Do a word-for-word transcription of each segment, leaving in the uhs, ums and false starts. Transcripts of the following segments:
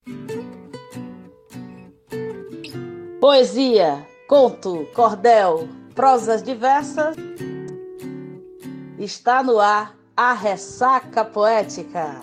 Poesia, conto, cordel, prosas diversas. Está no ar a Ressaca Poética.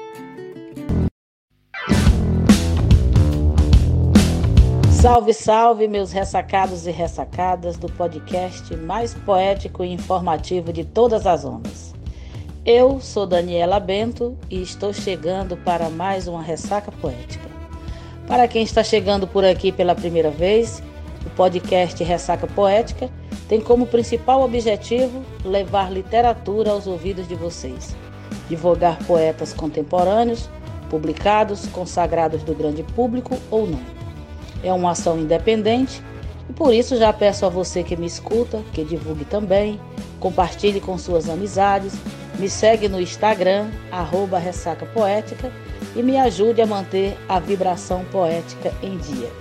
Salve, salve, meus ressacados e ressacadas do podcast mais poético e informativo de todas as ondas. Eu sou Daniela Bento e estou chegando para mais uma Ressaca Poética. Para quem está chegando por aqui pela primeira vez, o podcast Ressaca Poética tem como principal objetivo levar literatura aos ouvidos de vocês, divulgar poetas contemporâneos, publicados, consagrados do grande público ou não. É uma ação independente e por isso já peço a você que me escuta, que divulgue também, compartilhe com suas amizades, me segue no Instagram, arroba Ressaca Poética, e me ajude a manter a vibração poética em dia.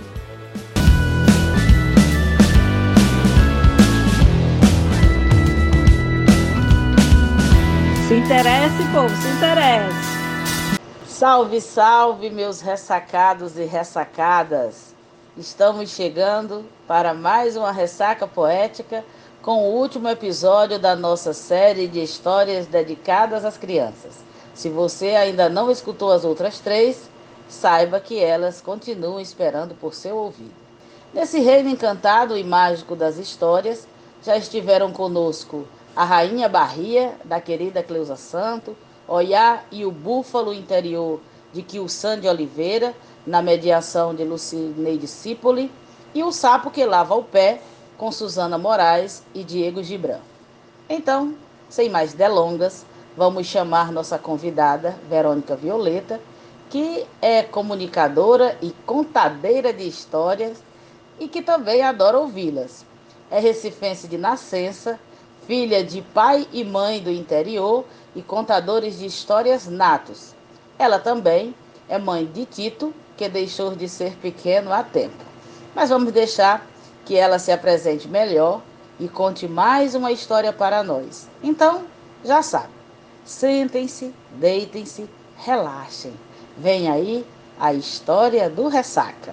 Se interesse, povo, se interesse. Salve, salve, meus ressacados e ressacadas. Estamos chegando para mais uma Ressaca Poética com o último episódio da nossa série de histórias dedicadas às crianças. Se você ainda não escutou as outras três, saiba que elas continuam esperando por seu ouvido. Nesse reino encantado e mágico das histórias, já estiveram conosco a Rainha Barria, da querida Cleusa Santo, Oiá e o Búfalo Interior, de Quilsan de Oliveira, na mediação de Lucineide Cipoli, e o Sapo que Lava o Pé, com Suzana Moraes e Diego Gibran. Então, sem mais delongas, vamos chamar nossa convidada, Verônica Violeta, que é comunicadora e contadeira de histórias e que também adora ouvi-las. É recifense de nascença, filha de pai e mãe do interior e contadores de histórias natos. Ela também é mãe de Tito, que deixou de ser pequeno há tempo. Mas vamos deixar que ela se apresente melhor e conte mais uma história para nós. Então, já sabe. Sentem-se, deitem-se, relaxem. Vem aí a história do Ressaca.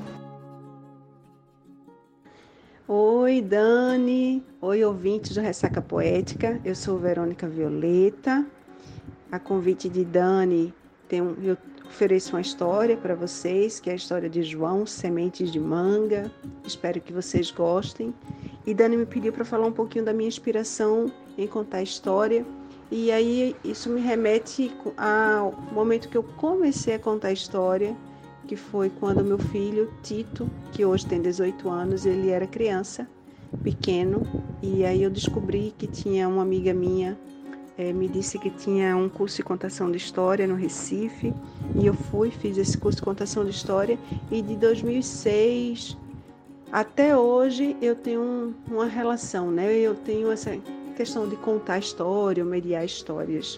Oi, Dani. Oi, ouvintes do Ressaca Poética. Eu sou Verônica Violeta. A convite de Dani, tem um, eu ofereço uma história para vocês, que é a história de João, Sementes de Manga. Espero que vocês gostem. E Dani me pediu para falar um pouquinho da minha inspiração em contar história. E aí isso me remete ao momento que eu comecei a contar a história, que foi quando meu filho Tito, que hoje tem dezoito anos, ele era criança, pequeno, e aí eu descobri que tinha uma amiga minha, é, me disse que tinha um curso de contação de história no Recife, e eu fui, fiz esse curso de contação de história, e de dois mil e seis até hoje eu tenho um, uma relação, né? Eu tenho essa questão de contar história, ou mediar histórias.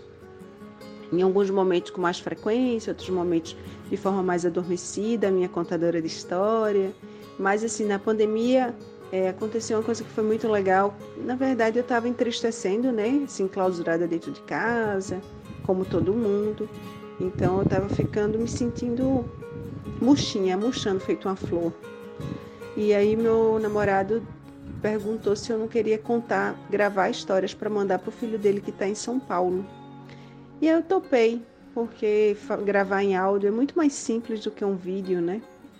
Em alguns momentos com mais frequência, outros momentos de forma mais adormecida, a minha contadora de história. Mas assim, na pandemia é, aconteceu uma coisa que foi muito legal. Na verdade, eu estava entristecendo, né? Assim, clausurada dentro de casa, como todo mundo. Então, eu estava ficando, me sentindo murchinha, murchando, feito uma flor. E aí, meu namorado perguntou se eu não queria contar, gravar histórias para mandar para o filho dele que está em São Paulo. E eu topei, porque gravar em áudio é muito mais simples do que um vídeo, né?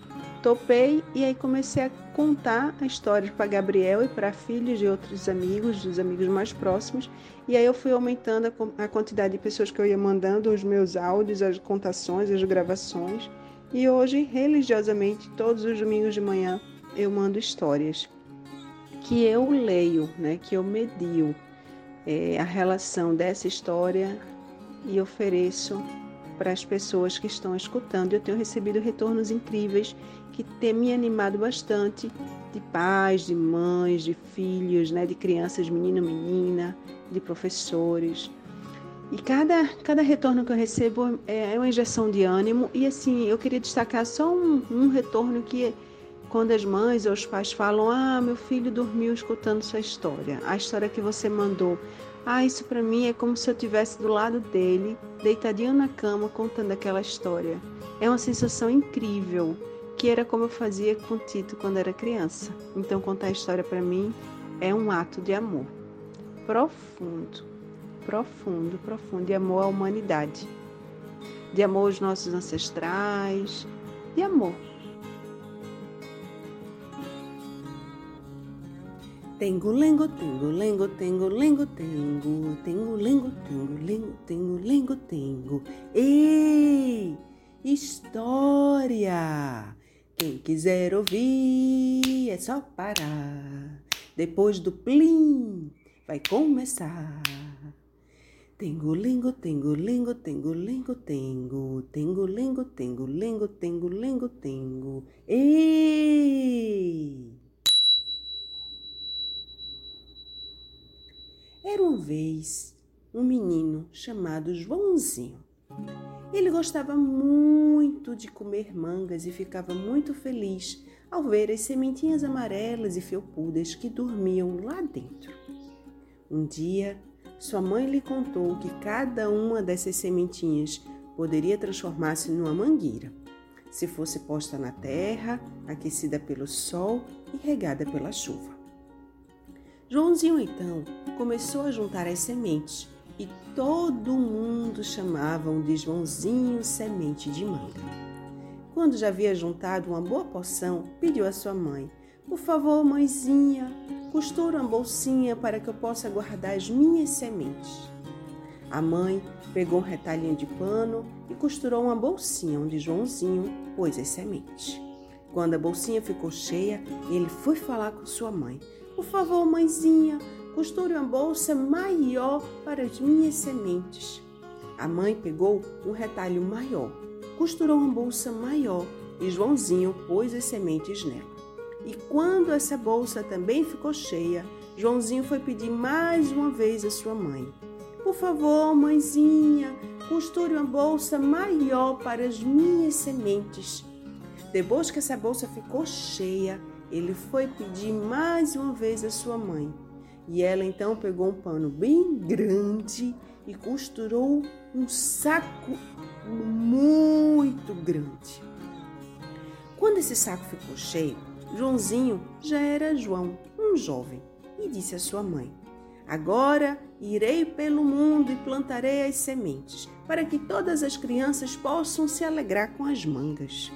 Topei e aí comecei a contar a história para Gabriel e para filhos de outros amigos, dos amigos mais próximos. E aí eu fui aumentando a quantidade de pessoas que eu ia mandando os meus áudios, as contações, as gravações. E hoje, religiosamente, todos os domingos de manhã, eu mando histórias que eu leio, né, que eu medio é, a relação dessa história e ofereço para as pessoas que estão escutando. Eu tenho recebido retornos incríveis que têm me animado bastante, de pais, de mães, de filhos, né, de crianças, menino, menina, de professores. E cada, cada retorno que eu recebo é uma injeção de ânimo. E assim, eu queria destacar só um, um retorno que quando as mães ou os pais falam: ah, meu filho dormiu escutando sua história, a história que você mandou Ah, isso para mim é como se eu estivesse do lado dele, deitadinho na cama, contando aquela história. É uma sensação incrível, que era como eu fazia com Tito quando era criança. Então, contar a história para mim é um ato de amor profundo, profundo, profundo, de amor à humanidade, de amor aos nossos ancestrais, de amor. Tengo, lengo, tengo, lengo, tengo, lengo, tengo, tengo, lengo, tengo, lengo, tengo, lengo, tengo. Ei, história! Quem quiser ouvir é só parar. Depois do plim, vai começar. Tengo, lengo, tengo, lengo, tengo, lengo, tengo, tengo, lengo, tengo, lengo, tengo, lengo, tengo. Ei! Era uma vez um menino chamado Joãozinho. Ele gostava muito de comer mangas e ficava muito feliz ao ver as sementinhas amarelas e felpudas que dormiam lá dentro. Um dia, sua mãe lhe contou que cada uma dessas sementinhas poderia transformar-se numa mangueira, se fosse posta na terra, aquecida pelo sol e regada pela chuva. Joãozinho, então, começou a juntar as sementes e todo mundo chamava-o de Joãozinho Semente de Manga. Quando já havia juntado uma boa porção, pediu à sua mãe: "Por favor, mãezinha, costura uma bolsinha para que eu possa guardar as minhas sementes." A mãe pegou um retalhinho de pano e costurou uma bolsinha onde Joãozinho pôs as sementes. Quando a bolsinha ficou cheia, ele foi falar com sua mãe: "Por favor, mãezinha, costure uma bolsa maior para as minhas sementes." A mãe pegou um retalho maior, costurou uma bolsa maior e Joãozinho pôs as sementes nela. E quando essa bolsa também ficou cheia, Joãozinho foi pedir mais uma vez à sua mãe: "Por favor, mãezinha, costure uma bolsa maior para as minhas sementes." Depois que essa bolsa ficou cheia, ele foi pedir mais uma vez à sua mãe. E ela então pegou um pano bem grande e costurou um saco muito grande. Quando esse saco ficou cheio, Joãozinho já era João, um jovem, e disse à sua mãe: "Agora irei pelo mundo e plantarei as sementes, para que todas as crianças possam se alegrar com as mangas."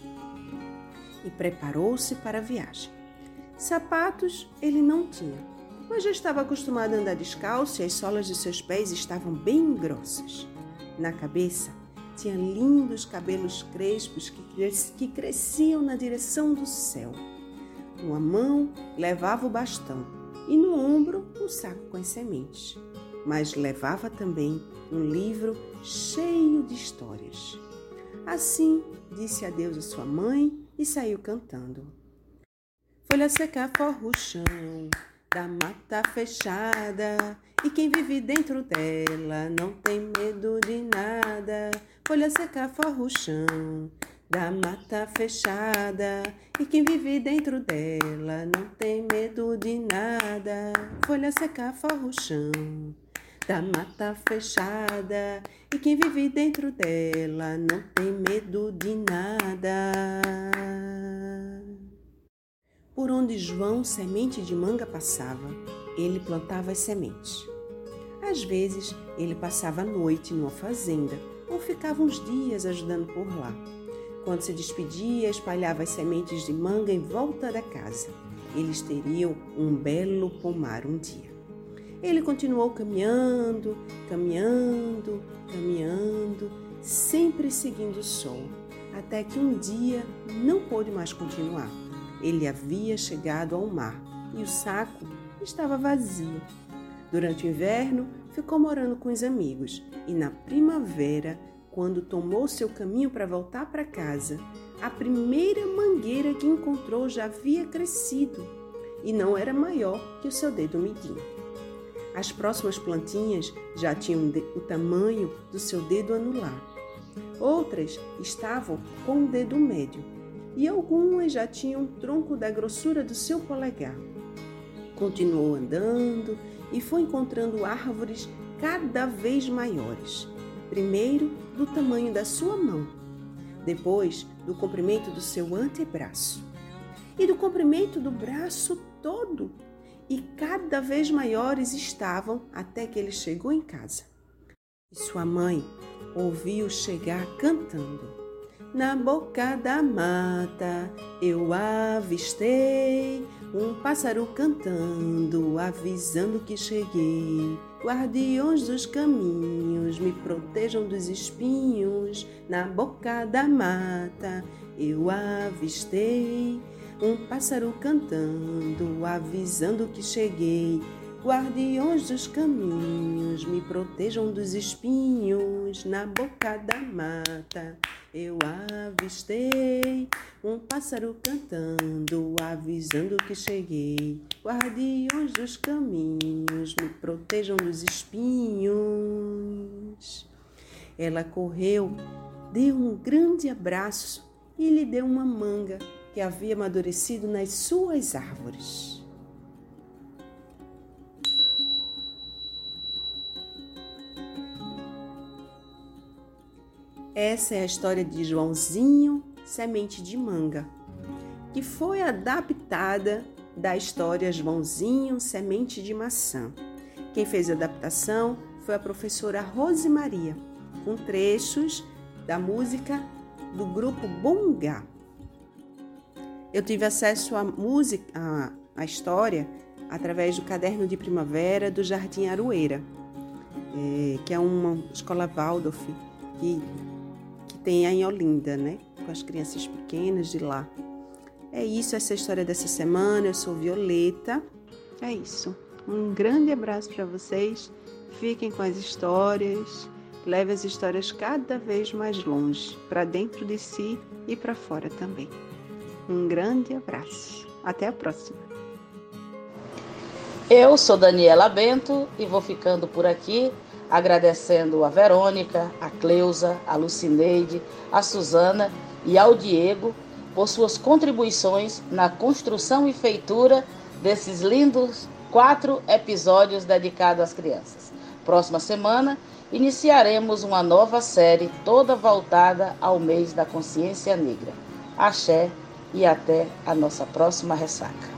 E preparou-se para a viagem. Sapatos ele não tinha, mas já estava acostumado a andar descalço e as solas de seus pés estavam bem grossas. Na cabeça tinha lindos cabelos crespos que, cres- que cresciam na direção do céu. Numa mão levava o bastão e no ombro um saco com as sementes, mas levava também um livro cheio de histórias. Assim disse adeus à sua mãe e saiu cantando: "Folha seca forra o chão da mata fechada, e quem vive dentro dela não tem medo de nada. Folha seca forra o chão da mata fechada, e quem vive dentro dela não tem medo de nada. Folha seca forra o chão da mata fechada, e quem vive dentro dela não tem medo de nada." Por onde João Semente de Manga passava, ele plantava as sementes. Às vezes, ele passava a noite numa fazenda ou ficava uns dias ajudando por lá. Quando se despedia, espalhava as sementes de manga em volta da casa. Eles teriam um belo pomar um dia. Ele continuou caminhando, caminhando, caminhando, sempre seguindo o sol, até que um dia não pôde mais continuar. Ele havia chegado ao mar e o saco estava vazio. Durante o inverno, ficou morando com os amigos e na primavera, quando tomou seu caminho para voltar para casa, a primeira mangueira que encontrou já havia crescido e não era maior que o seu dedo midinho. As próximas plantinhas já tinham o tamanho do seu dedo anular. Outras estavam com o dedo médio e algumas já tinham o tronco da grossura do seu polegar. Continuou andando e foi encontrando árvores cada vez maiores. Primeiro, do tamanho da sua mão, depois do comprimento do seu antebraço e do comprimento do braço todo. E cada vez maiores estavam até que ele chegou em casa. E sua mãe ouviu chegar cantando: na boca da mata eu avistei um pássaro cantando, avisando que cheguei. Guardiões dos caminhos, me protejam dos espinhos. Na boca da mata eu avistei um pássaro cantando, avisando que cheguei. Guardiões dos caminhos, me protejam dos espinhos. Na boca da mata eu avistei um pássaro cantando, avisando que cheguei. Guardiões dos caminhos, me protejam dos espinhos. Ela correu, deu um grande abraço e lhe deu uma manga que havia amadurecido nas suas árvores. Essa é a história de Joãozinho, semente de manga, que foi adaptada da história Joãozinho, semente de maçã. Quem fez a adaptação foi a professora Rose Maria, com trechos da música do grupo Bongá. Eu tive acesso à música, à, à história, através do Caderno de Primavera do Jardim Aroeira, é, que é uma escola Waldorf que, que tem em Olinda, né? Com as crianças pequenas de lá. É isso, essa é a história dessa semana. Eu sou Violeta. É isso. Um grande abraço para vocês. Fiquem com as histórias. Leve as histórias cada vez mais longe, para dentro de si e para fora também. Um grande abraço. Até a próxima. Eu sou Daniela Bento e vou ficando por aqui, agradecendo a Verônica, a Cleusa, a Lucineide, a Suzana e ao Diego por suas contribuições na construção e feitura desses lindos quatro episódios dedicados às crianças. Próxima semana, iniciaremos uma nova série toda voltada ao mês da consciência negra. Axé e até a nossa próxima ressaca.